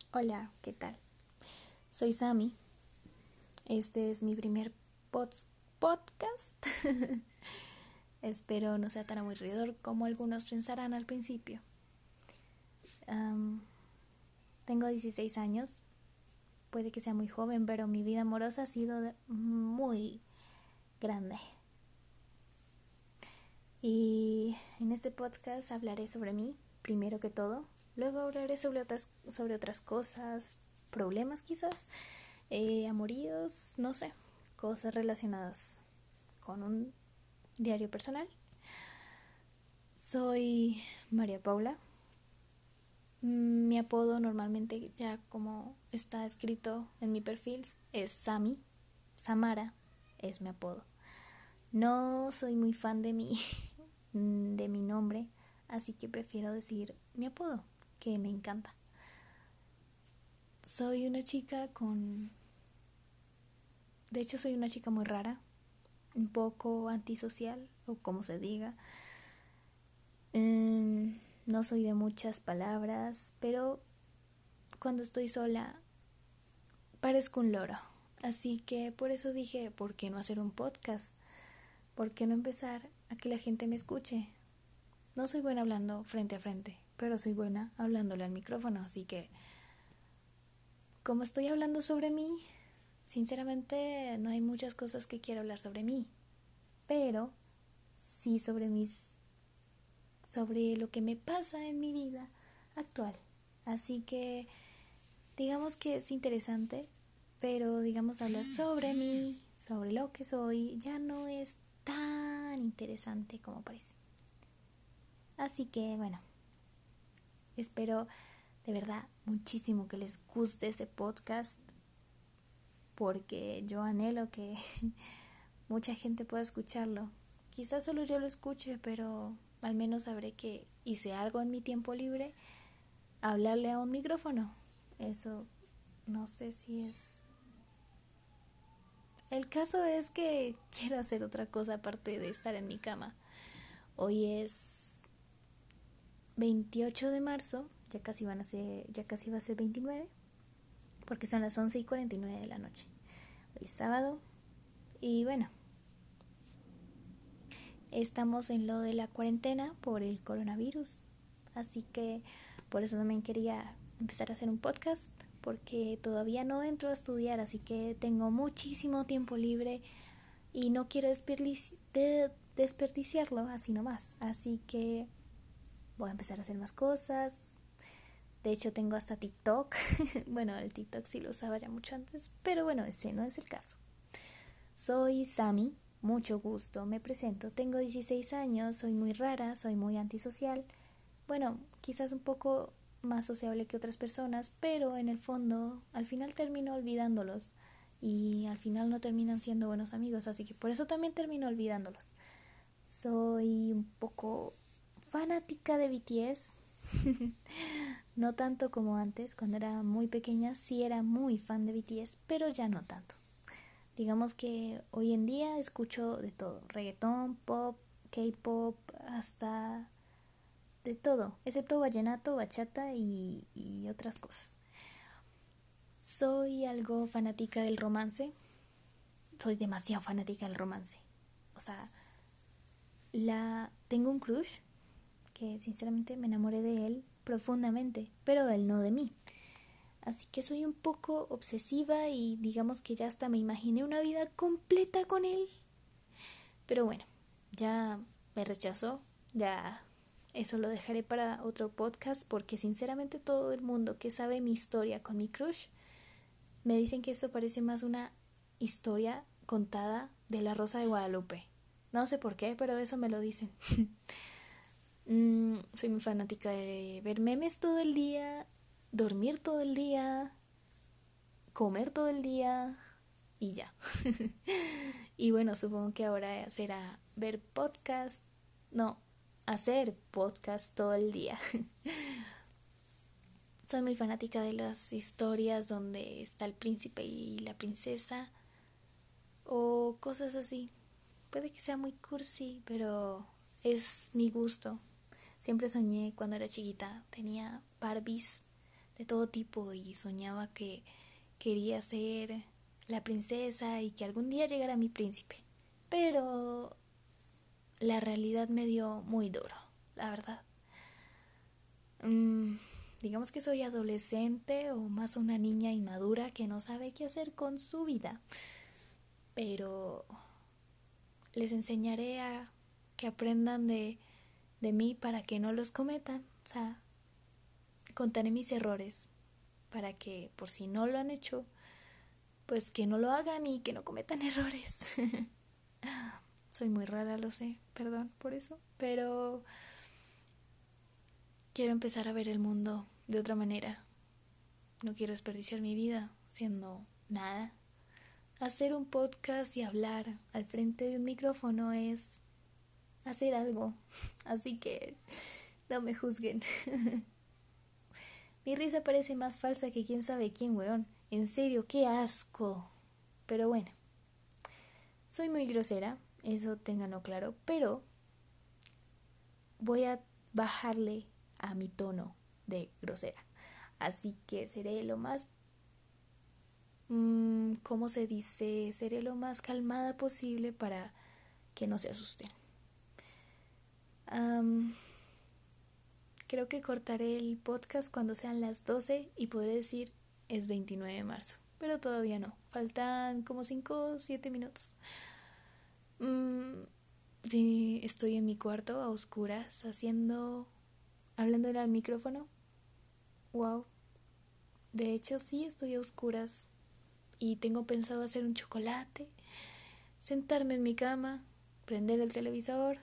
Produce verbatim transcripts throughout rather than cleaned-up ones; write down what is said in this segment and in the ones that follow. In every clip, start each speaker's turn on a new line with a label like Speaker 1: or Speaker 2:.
Speaker 1: Hola, ¿qué tal? Soy Sami. Este es mi primer pod- podcast. Espero no sea tan aburridor como algunos pensarán al principio. Am, Tengo dieciséis años. Puede que sea muy joven, pero mi vida amorosa ha sido de- muy grande. Y en este podcast hablaré sobre mí, primero que todo. Luego hablaré sobre otras, sobre otras cosas, problemas quizás, eh, amoríos, no sé, cosas relacionadas con un diario personal. Soy María Paula. Mi apodo normalmente, ya como está escrito en mi perfil, es Sami. Samara es mi apodo. No soy muy fan de mi, de mi nombre, así que prefiero decir mi apodo, que me encanta. Soy una chica con... De hecho, soy una chica muy rara, un poco antisocial, o como se diga. Mm, no soy de muchas palabras, pero cuando estoy sola parezco un loro. Así que por eso dije, ¿por qué no hacer un podcast? ¿Por qué no empezar a que la gente me escuche? No soy buena hablando frente a frente, pero soy buena hablándole al micrófono. Así que, como estoy hablando sobre mí, sinceramente no hay muchas cosas que quiero hablar sobre mí, pero sí sobre mis, sobre lo que me pasa en mi vida actual. Así que digamos que es interesante, pero digamos hablar sobre mí, sobre lo que soy, ya no es tan interesante como parece. Así que bueno, espero de verdad muchísimo que les guste este podcast, porque yo anhelo que mucha gente pueda escucharlo. Quizás solo yo lo escuche, pero al menos sabré que hice algo en mi tiempo libre, hablarle a un micrófono. Eso no sé si es... El caso es que quiero hacer otra cosa aparte de estar en mi cama. Hoy es veintiocho de marzo, ya casi van a ser, ya casi va a ser veintinueve, porque son las once y cuarenta y nueve de la noche. Hoy es sábado y bueno, estamos en lo de la cuarentena por el coronavirus. Así que por eso también quería empezar a hacer un podcast, porque todavía no entro a estudiar, así que tengo muchísimo tiempo libre y no quiero desperdici- de- desperdiciarlo así nomás. Así que voy a empezar a hacer más cosas. De hecho tengo hasta TikTok. Bueno, el TikTok sí lo usaba ya mucho antes, pero bueno, ese no es el caso. Soy Sami, mucho gusto, me presento. Tengo dieciséis años, soy muy rara, soy muy antisocial. Bueno, quizás un poco más sociable que otras personas, pero en el fondo al final termino olvidándolos y al final no terminan siendo buenos amigos, así que por eso también termino olvidándolos. Soy un poco fanática de B T S. No tanto como antes, cuando era muy pequeña sí era muy fan de B T S, pero ya no tanto. Digamos que hoy en día escucho de todo, reggaetón, pop, K-pop, hasta de todo, excepto vallenato, bachata y, y otras cosas. Soy algo fanática del romance, soy demasiado fanática del romance. O sea, la tengo un crush que sinceramente me enamoré de él profundamente, pero él no de mí. Así que soy un poco obsesiva y digamos que ya hasta me imaginé una vida completa con él. Pero bueno, ya me rechazó, ya eso lo dejaré para otro podcast, porque sinceramente todo el mundo que sabe mi historia con mi crush me dicen que esto parece más una historia contada de la Rosa de Guadalupe. No sé por qué, pero eso me lo dicen. mm, soy muy fanática de ver memes todo el día, dormir todo el día, comer todo el día y ya. Y bueno, supongo que ahora será ver podcast, no, hacer podcast todo el día. Soy muy fanática de las historias donde está el príncipe y la princesa o cosas así. Puede que sea muy cursi, pero es mi gusto. Siempre soñé cuando era chiquita, tenía Barbies, de todo tipo y soñaba que quería ser la princesa y que algún día llegara mi príncipe. Pero la realidad me dio muy duro, la verdad. Mm, digamos que soy adolescente o más una niña inmadura que no sabe qué hacer con su vida. Pero les enseñaré a que aprendan de, de mí para que no los cometan. O sea, contaré mis errores para que por si no lo han hecho, pues que no lo hagan y que no cometan errores. Soy muy rara, lo sé, perdón por eso, pero quiero empezar a ver el mundo de otra manera. No quiero desperdiciar mi vida haciendo nada. Hacer un podcast y hablar al frente de un micrófono es hacer algo, así que no me juzguen. Mi risa parece más falsa que quién sabe quién, weón. En serio, qué asco. Pero bueno, soy muy grosera, eso ténganlo claro, pero voy a bajarle a mi tono de grosera. Así que seré lo más, mmm, ¿cómo se dice? Seré lo más calmada posible para que no se asusten. Um, creo que cortaré el podcast cuando sean las doce y podré decir es veintinueve de marzo. Pero todavía no, faltan como cinco o siete minutos. Mm, sí, estoy en mi cuarto a oscuras haciendo, hablándole al micrófono. Wow, de hecho sí estoy a oscuras y tengo pensado hacer un chocolate, sentarme en mi cama, prender el televisor,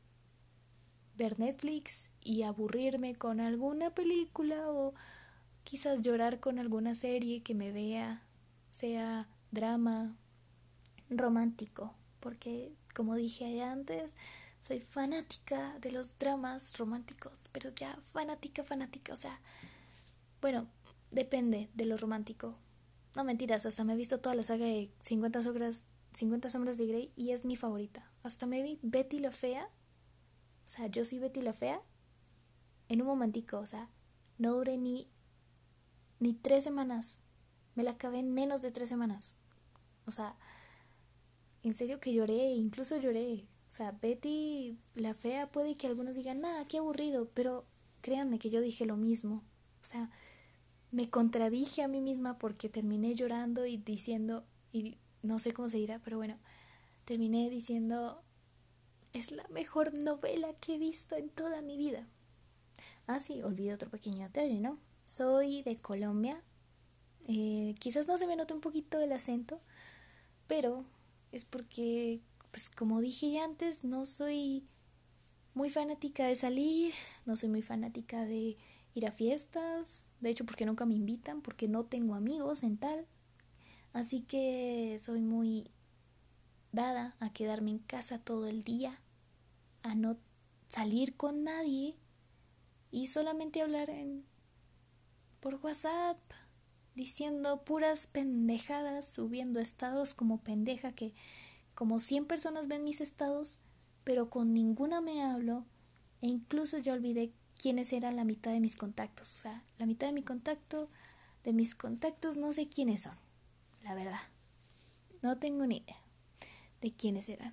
Speaker 1: ver Netflix y aburrirme con alguna película o quizás llorar con alguna serie que me vea, sea drama, romántico, porque como dije antes, soy fanática de los dramas románticos, pero ya fanática, fanática, o sea, bueno, depende de lo romántico. No mentiras, hasta me he visto toda la saga de cincuenta sombras, cincuenta sombras de Grey y es mi favorita. Hasta me vi Betty la Fea, o sea, yo soy Betty la Fea, en un momentico, o sea, no duré ni, ni tres semanas, me la acabé en menos de tres semanas, o sea, en serio que lloré, incluso lloré. O sea, Betty la Fea puede que algunos digan, nada, qué aburrido, pero créanme que yo dije lo mismo. O sea, me contradije a mí misma porque terminé llorando y diciendo, y no sé cómo se dirá, pero bueno, terminé diciendo, es la mejor novela que he visto en toda mi vida. Ah, sí, olvidé otro pequeño detalle, ¿no? Soy de Colombia, eh, quizás no se me note un poquito el acento, pero es porque, pues como dije ya antes, no soy muy fanática de salir, no soy muy fanática de ir a fiestas, de hecho porque nunca me invitan, porque no tengo amigos en tal, así que soy muy dada a quedarme en casa todo el día, a no salir con nadie y solamente hablar en por WhatsApp, diciendo puras pendejadas, subiendo estados como pendeja que como cien personas ven mis estados, pero con ninguna me hablo e incluso yo olvidé quiénes eran la mitad de mis contactos. O sea, la mitad de mi contacto, de mis contactos no sé quiénes son, la verdad. No tengo ni idea de quiénes eran.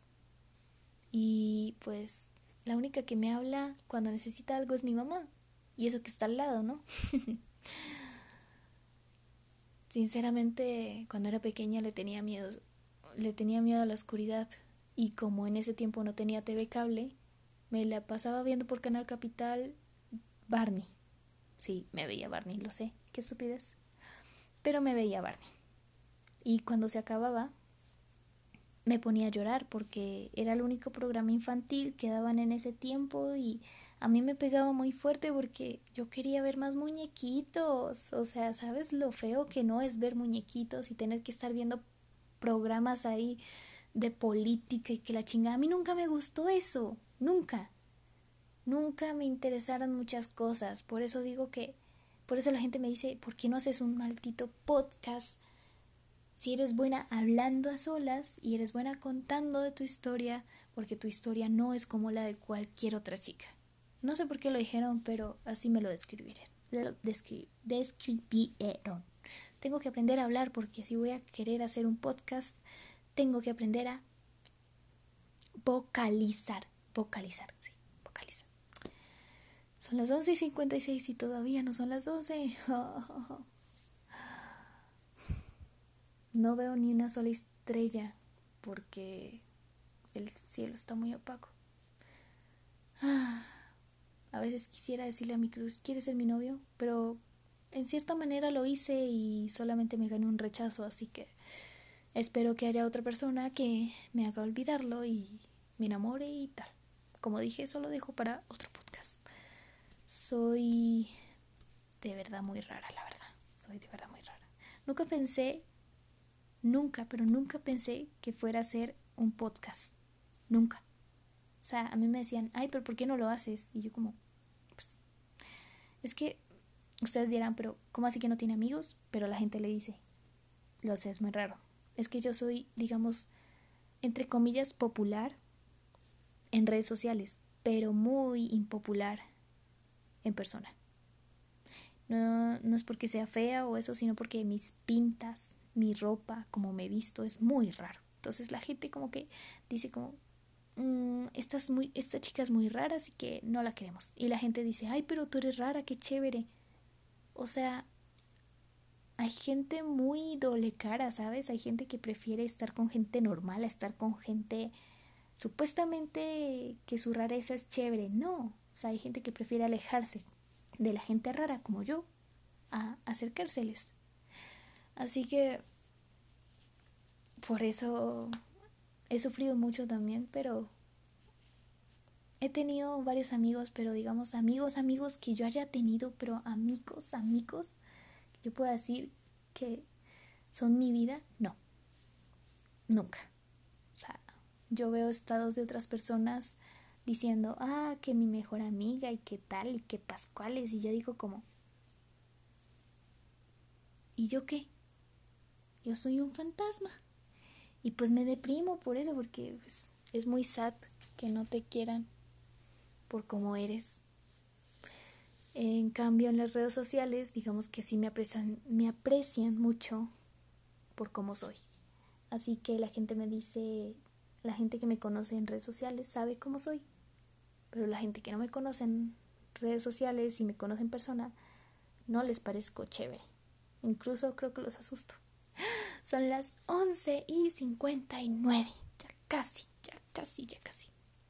Speaker 1: Y pues la única que me habla cuando necesita algo es mi mamá. Y eso que está al lado, ¿no? Sinceramente, cuando era pequeña le tenía miedo, le tenía miedo a la oscuridad. Y como en ese tiempo no tenía T V cable, me la pasaba viendo por Canal Capital Barney. Sí, me veía Barney, lo sé, qué estupidez. Pero me veía Barney. Y cuando se acababa, me ponía a llorar porque era el único programa infantil que daban en ese tiempo y a mí me pegaba muy fuerte porque yo quería ver más muñequitos. O sea, ¿sabes lo feo que no es ver muñequitos y tener que estar viendo programas ahí de política y que la chingada? A mí nunca me gustó eso, nunca. Nunca me interesaron muchas cosas. Por eso digo que, por eso la gente me dice, ¿por qué no haces un maldito podcast? Si eres buena hablando a solas y eres buena contando de tu historia, porque tu historia no es como la de cualquier otra chica. No sé por qué lo dijeron, pero así me lo describiré. descri- describieron. Tengo que aprender a hablar porque si voy a querer hacer un podcast, tengo que aprender a vocalizar. Vocalizar, sí, vocalizar. Son las once y cincuenta y seis y todavía no son las doce. No veo ni una sola estrella porque el cielo está muy opaco. A veces quisiera decirle a mi cruz, ¿quieres ser mi novio? Pero en cierta manera lo hice y solamente me gané un rechazo, así que espero que haya otra persona que me haga olvidarlo y me enamore y tal. Como dije, eso lo dejo para otro podcast. Soy de verdad muy rara, la verdad. Soy de verdad muy rara. Nunca pensé, nunca, pero nunca pensé que fuera a ser un podcast. Nunca. O sea, a mí me decían, ay, pero ¿por qué no lo haces? Y yo como, pues, es que ustedes dirán, pero ¿cómo así que no tiene amigos? Pero la gente le dice, lo sé, es muy raro. Es que yo soy, digamos, entre comillas, popular en redes sociales, pero muy impopular en persona. No, no es porque sea fea o eso, sino porque mis pintas, mi ropa, como me visto, es muy raro. Entonces la gente como que dice como, mmm, esta, es muy, esta chica es muy rara, así que no la queremos. Y la gente dice, ay, pero tú eres rara, qué chévere. O sea, hay gente muy doble cara, ¿sabes? Hay gente que prefiere estar con gente normal a estar con gente supuestamente que su rareza es chévere. No, o sea, hay gente que prefiere alejarse de la gente rara como yo a acercárseles. Así que por eso he sufrido mucho también, pero he tenido varios amigos, pero digamos amigos, amigos que yo haya tenido, pero amigos, amigos, que yo pueda decir que son mi vida, no, nunca. O sea, yo veo estados de otras personas diciendo, ah, que mi mejor amiga y que tal y que Pascuales, y yo digo como, ¿y yo qué? Yo soy un fantasma. Y pues me deprimo por eso, porque pues, es muy sad que no te quieran por cómo eres. En cambio, en las redes sociales, digamos que sí me aprecian, me aprecian mucho por cómo soy. Así que la gente me dice, la gente que me conoce en redes sociales sabe cómo soy. Pero la gente que no me conoce en redes sociales y me conoce en persona, no les parezco chévere. Incluso creo que los asusto. Son las once y cincuenta y nueve. Ya casi, ya casi, ya casi.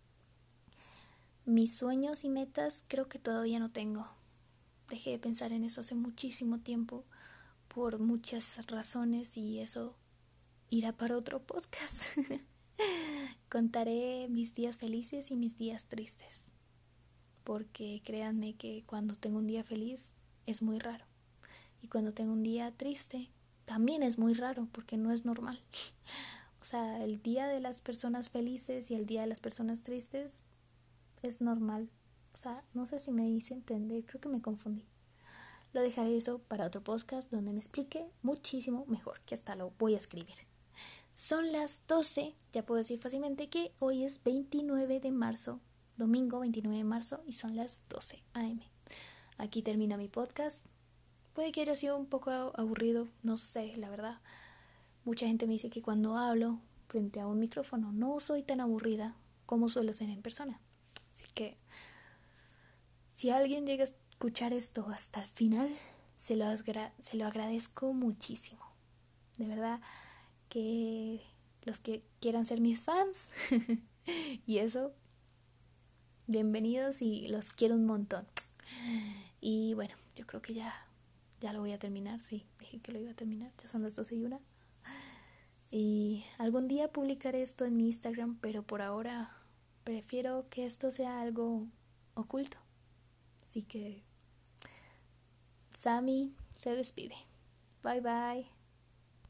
Speaker 1: Mis sueños y metas creo que todavía no tengo. Dejé de pensar en eso hace muchísimo tiempo por muchas razones y eso irá para otro podcast. Contaré mis días felices y mis días tristes. Porque créanme que cuando tengo un día feliz es muy raro. Y cuando tengo un día triste también es muy raro porque no es normal. O sea, el día de las personas felices y el día de las personas tristes es normal. O sea, no sé si me hice entender, creo que me confundí. Lo dejaré eso para otro podcast donde me explique muchísimo mejor, que hasta lo voy a escribir. Son las doce, ya puedo decir fácilmente que hoy es veintinueve de marzo, domingo veintinueve de marzo y son las doce a eme. Aquí termina mi podcast. Puede que haya sido un poco aburrido, no sé, la verdad. Mucha gente me dice que cuando hablo frente a un micrófono no soy tan aburrida como suelo ser en persona. Así que si alguien llega a escuchar esto hasta el final, se lo, agra- se lo agradezco muchísimo. De verdad que los que quieran ser mis fans y eso, bienvenidos y los quiero un montón. Y bueno, yo creo que ya, ya lo voy a terminar. Sí, dije que lo iba a terminar. Ya son las doce y una. Y algún día publicaré esto en mi Instagram, pero por ahora prefiero que esto sea algo oculto. Así que Sammy se despide. Bye bye.